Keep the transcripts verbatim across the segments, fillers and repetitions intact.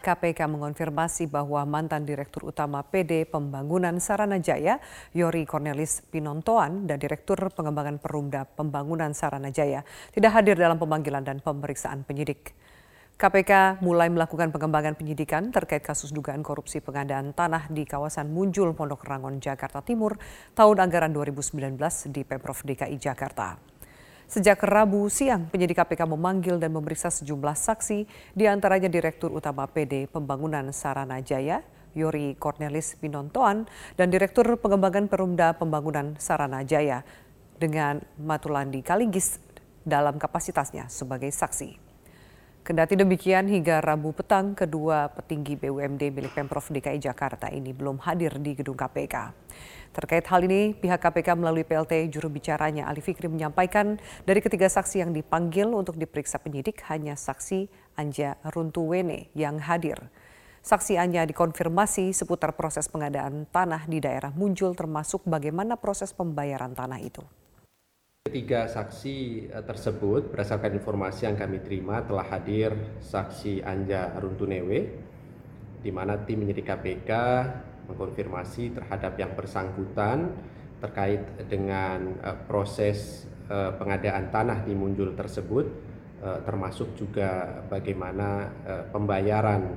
K P K mengonfirmasi bahwa mantan Direktur Utama P D Pembangunan Saranajaya, Yory Cornelis Pinontoan, dan Direktur Pengembangan Perumda Pembangunan Saranajaya tidak hadir dalam pemanggilan dan pemeriksaan penyidik. K P K mulai melakukan pengembangan penyidikan terkait kasus dugaan korupsi pengadaan tanah di kawasan Munjul, Pondok Rangon, Jakarta Timur tahun anggaran dua ribu sembilan belas di Pemprov D K I Jakarta. Sejak Rabu siang, penyidik K P K memanggil dan memeriksa sejumlah saksi, diantaranya Direktur Utama P D Pembangunan Saranajaya, Yory Cornelis Pinontoan, dan Direktur Pengembangan Perumda Pembangunan Saranajaya dengan Matulandi Kaligis dalam kapasitasnya sebagai saksi. Kendati demikian, hingga Rabu petang, kedua petinggi B U M D milik Pemprov D K I Jakarta ini belum hadir di gedung K P K. Terkait hal ini, pihak K P K melalui P L T juru bicaranya Ali Fikri menyampaikan dari ketiga saksi yang dipanggil untuk diperiksa penyidik hanya saksi Anja Runtuwene yang hadir. Saksi Anja dikonfirmasi seputar proses pengadaan tanah di daerah Munjul termasuk bagaimana proses pembayaran tanah itu. Ketiga saksi tersebut berdasarkan informasi yang kami terima telah hadir saksi Anja Runtuwene, di mana tim penyidik K P K mengkonfirmasi terhadap yang bersangkutan terkait dengan uh, proses uh, pengadaan tanah di Munjul tersebut, uh, termasuk juga bagaimana uh, pembayaran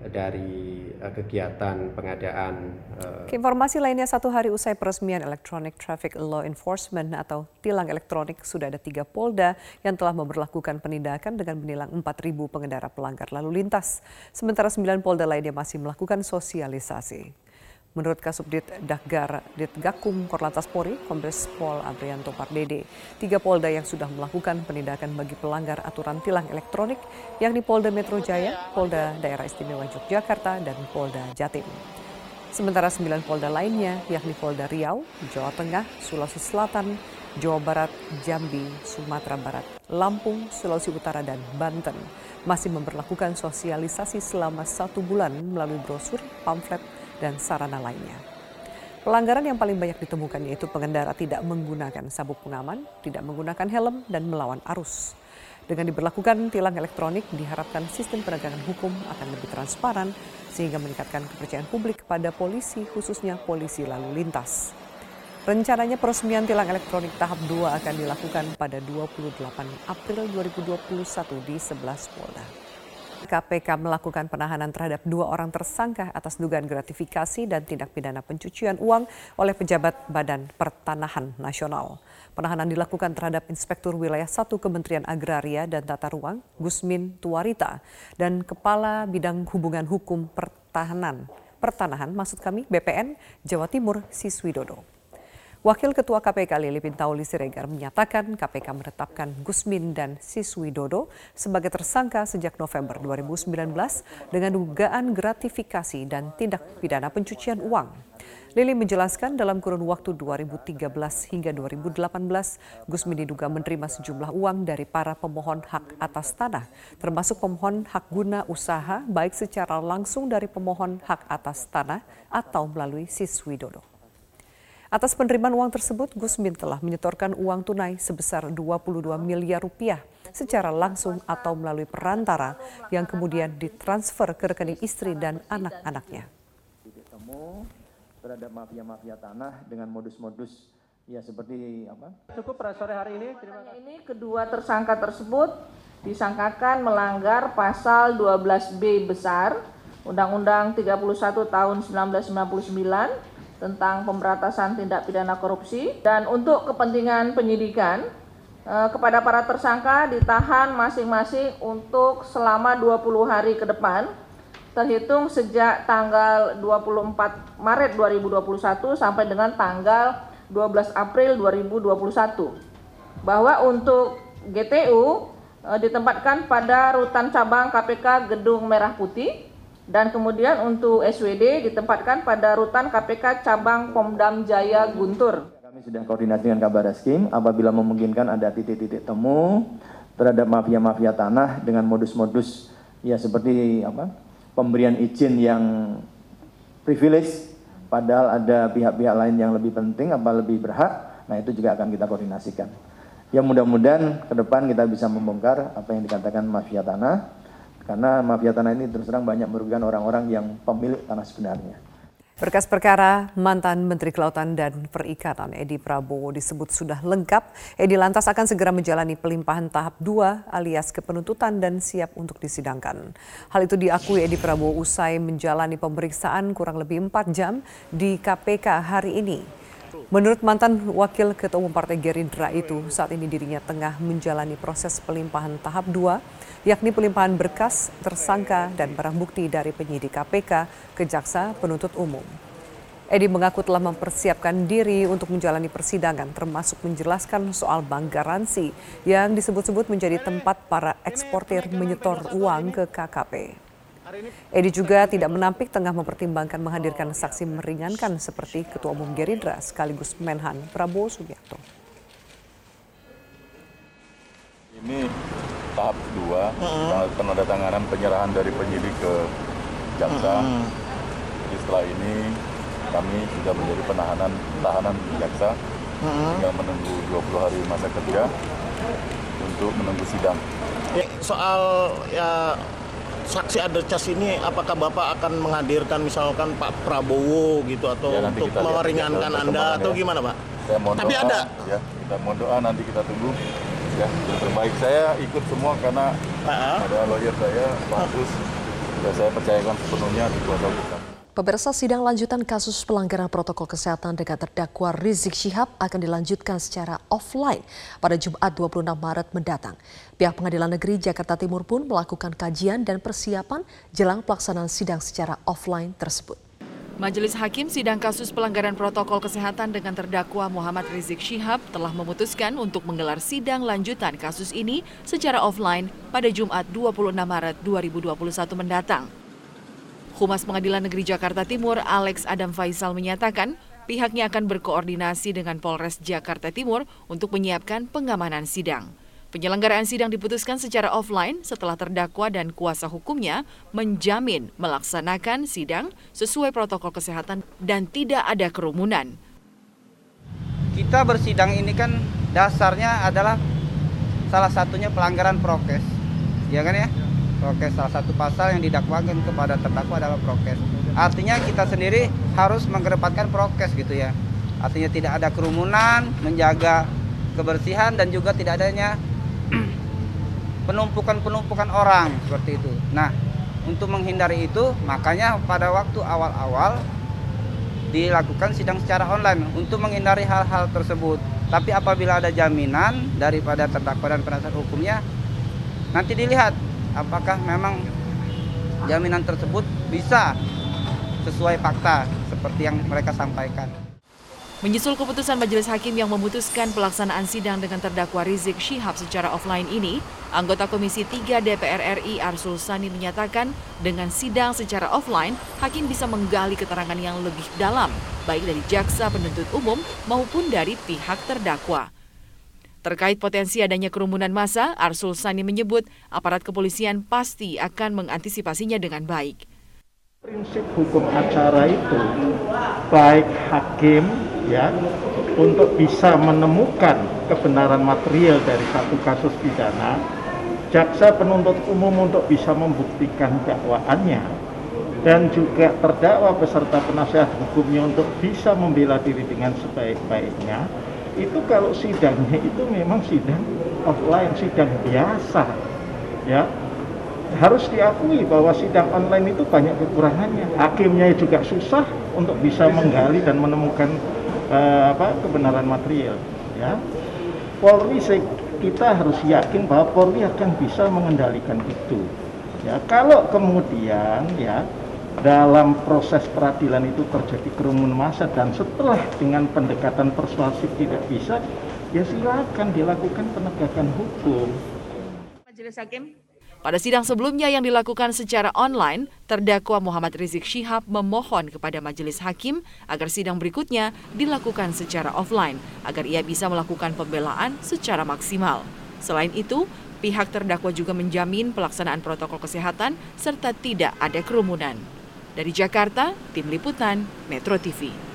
dari uh, kegiatan pengadaan. Uh... Informasi lainnya, satu hari usai peresmian Electronic Traffic Law Enforcement atau tilang elektronik, sudah ada tiga Polda yang telah memberlakukan penindakan dengan menilang empat ribu pengendara pelanggar lalu lintas. Sementara sembilan Polda lainnya masih melakukan sosialisasi. Menurut Kasubdit Dakgar Ditgakum Korlantas Polri, Kombes Pol Abrianto Pardede, tiga Polda yang sudah melakukan penindakan bagi pelanggar aturan tilang elektronik, yakni Polda Metro Jaya, Polda Daerah Istimewa Yogyakarta, dan Polda Jatim. Sementara sembilan Polda lainnya, yakni Polda Riau, Jawa Tengah, Sulawesi Selatan, Jawa Barat, Jambi, Sumatera Barat, Lampung, Sulawesi Utara, dan Banten, masih memberlakukan sosialisasi selama satu bulan melalui brosur, pamflet, dan sarana lainnya. Pelanggaran yang paling banyak ditemukan yaitu pengendara tidak menggunakan sabuk pengaman, tidak menggunakan helm, dan melawan arus. Dengan diberlakukan tilang elektronik, diharapkan sistem penegakan hukum akan lebih transparan sehingga meningkatkan kepercayaan publik kepada polisi, khususnya polisi lalu lintas. Rencananya peresmian tilang elektronik tahap dua akan dilakukan pada dua puluh delapan April dua ribu dua puluh satu di sebelas Polda. K P K melakukan penahanan terhadap dua orang tersangka atas dugaan gratifikasi dan tindak pidana pencucian uang oleh pejabat Badan Pertanahan Nasional. Penahanan dilakukan terhadap Inspektur Wilayah satu Kementerian Agraria dan Tata Ruang, Gusmin Tuarita, dan Kepala Bidang Hubungan Hukum Pertahanan, Pertanahan, maksud kami B P N Jawa Timur, Siswidodo. Wakil Ketua K P K Lili Pintauli Siregar menyatakan K P K menetapkan Gusmin dan Siswidodo sebagai tersangka sejak November dua ribu sembilan belas dengan dugaan gratifikasi dan tindak pidana pencucian uang. Lili menjelaskan dalam kurun waktu dua ribu tiga belas hingga dua ribu delapan belas, Gusmin diduga menerima sejumlah uang dari para pemohon hak atas tanah, termasuk pemohon hak guna usaha baik secara langsung dari pemohon hak atas tanah atau melalui Siswidodo. Atas penerimaan uang tersebut, Gusmin telah menyetorkan uang tunai sebesar dua puluh dua miliar rupiah secara langsung atau melalui perantara yang kemudian ditransfer ke rekening istri dan anak-anaknya. Ditemu terhadap mafia-mafia tanah dengan modus-modus ya seperti apa? Cukup sore hari ini. Terima kasih. Ini kedua tersangka tersebut disangkakan melanggar pasal dua belas B besar Undang-Undang tiga puluh satu tahun seribu sembilan ratus sembilan puluh sembilan tentang pemberantasan tindak pidana korupsi, dan untuk kepentingan penyidikan eh, kepada para tersangka ditahan masing-masing untuk selama dua puluh hari ke depan terhitung sejak tanggal dua puluh empat Maret dua ribu dua puluh satu sampai dengan tanggal dua belas April dua ribu dua puluh satu. Bahwa untuk G T U eh, ditempatkan pada rutan cabang K P K Gedung Merah Putih, dan kemudian untuk S W D ditempatkan pada rutan K P K cabang Pomdam Jaya Guntur. Kami sudah koordinasi dengan Kabar Reskrim apabila memungkinkan ada titik-titik temu terhadap mafia-mafia tanah dengan modus-modus ya seperti apa? Pemberian izin yang privilege padahal ada pihak-pihak lain yang lebih penting apa lebih berhak. Nah, itu juga akan kita koordinasikan. Ya mudah-mudahan ke depan kita bisa membongkar apa yang dikatakan mafia tanah Karena mafia tanah ini terus terang banyak merugikan orang-orang yang pemilik tanah sebenarnya. Berkas perkara mantan Menteri Kelautan dan Perikanan Edi Prabowo disebut sudah lengkap. Edi lantas akan segera menjalani pelimpahan tahap dua alias kepenuntutan dan siap untuk disidangkan. Hal itu diakui Edi Prabowo usai menjalani pemeriksaan kurang lebih empat jam di K P K hari ini. Menurut mantan Wakil Ketua Umum Partai Gerindra itu, saat ini dirinya tengah menjalani proses pelimpahan tahap dua, yakni pelimpahan berkas, tersangka, dan barang bukti dari penyidik K P K ke jaksa penuntut umum. Edi mengaku telah mempersiapkan diri untuk menjalani persidangan, termasuk menjelaskan soal bank garansi yang disebut-sebut menjadi tempat para eksportir menyetor uang ke K K P. Edi juga tidak menampik tengah mempertimbangkan menghadirkan saksi meringankan seperti Ketua Umum Gerindra sekaligus Menhan Prabowo Subianto. Ini tahap dua, uh-huh. penandatanganan penyerahan dari penyidik ke jaksa. Uh-huh. Jadi setelah ini kami sudah menjadi penahanan tahanan jaksa, uh-huh. tinggal menunggu dua puluh hari masa kerja untuk menunggu sidang. Soal ya saksi adercas ini, apakah Bapak akan menghadirkan misalkan Pak Prabowo gitu atau ya, untuk meringankan Anda atau gimana Pak? Saya mohon Tapi doa, ada. Ya, kita mohon doa, nanti kita tunggu. Ya, yang terbaik saya ikut semua karena uh-huh. ada lawyer saya, bagus. Ya, saya percayakan sepenuhnya di kuasa hukum. Pemirsa, sidang lanjutan kasus pelanggaran protokol kesehatan dengan terdakwa Rizik Syihab akan dilanjutkan secara offline pada Jumat dua puluh enam Maret mendatang. Pihak Pengadilan Negeri Jakarta Timur pun melakukan kajian dan persiapan jelang pelaksanaan sidang secara offline tersebut. Majelis Hakim sidang kasus pelanggaran protokol kesehatan dengan terdakwa Muhammad Rizik Syihab telah memutuskan untuk menggelar sidang lanjutan kasus ini secara offline pada Jumat dua puluh enam Maret dua ribu dua puluh satu mendatang. Humas Pengadilan Negeri Jakarta Timur, Alex Adam Faisal menyatakan pihaknya akan berkoordinasi dengan Polres Jakarta Timur untuk menyiapkan pengamanan sidang. Penyelenggaraan sidang diputuskan secara offline setelah terdakwa dan kuasa hukumnya menjamin melaksanakan sidang sesuai protokol kesehatan dan tidak ada kerumunan. Kita bersidang ini kan dasarnya adalah salah satunya pelanggaran prokes, ya kan ya? Prokes, salah satu pasal yang didakwakan kepada terdakwa adalah prokes. Artinya kita sendiri harus mengedepankan prokes gitu ya. Artinya tidak ada kerumunan, menjaga kebersihan dan juga tidak adanya penumpukan-penumpukan orang seperti itu. Nah, untuk menghindari itu makanya pada waktu awal-awal dilakukan sidang secara online untuk menghindari hal-hal tersebut. Tapi apabila ada jaminan daripada terdakwa dan penasihat hukumnya, nanti dilihat apakah memang jaminan tersebut bisa sesuai fakta seperti yang mereka sampaikan. Menyusul keputusan Majelis Hakim yang memutuskan pelaksanaan sidang dengan terdakwa Rizik Syihab secara offline ini, anggota Komisi tiga D P R R I Arsul Sani menyatakan dengan sidang secara offline, Hakim bisa menggali keterangan yang lebih dalam, baik dari jaksa penuntut umum maupun dari pihak terdakwa. Terkait potensi adanya kerumunan massa, Arsul Sani menyebut aparat kepolisian pasti akan mengantisipasinya dengan baik. Prinsip hukum acara itu baik hakim ya untuk bisa menemukan kebenaran material dari satu kasus pidana, jaksa penuntut umum untuk bisa membuktikan dakwaannya, dan juga terdakwa beserta penasihat hukumnya untuk bisa membela diri dengan sebaik-baiknya. Itu kalau sidangnya itu memang sidang offline, sidang biasa ya. Harus diakui bahwa sidang online itu banyak kekurangannya. Hakimnya juga susah untuk bisa menggali dan menemukan uh, apa kebenaran material ya. Polri, kita harus yakin bahwa Polri akan bisa mengendalikan itu ya. Kalau kemudian ya dalam proses peradilan itu terjadi kerumunan massa dan setelah dengan pendekatan persuasif tidak bisa, ya silakan dilakukan penegakan hukum. Majelis Hakim. Pada sidang sebelumnya yang dilakukan secara online, terdakwa Muhammad Rizik Syihab memohon kepada Majelis Hakim agar sidang berikutnya dilakukan secara offline, agar ia bisa melakukan pembelaan secara maksimal. Selain itu, pihak terdakwa juga menjamin pelaksanaan protokol kesehatan serta tidak ada kerumunan. Dari Jakarta, Tim Liputan, Metro T V.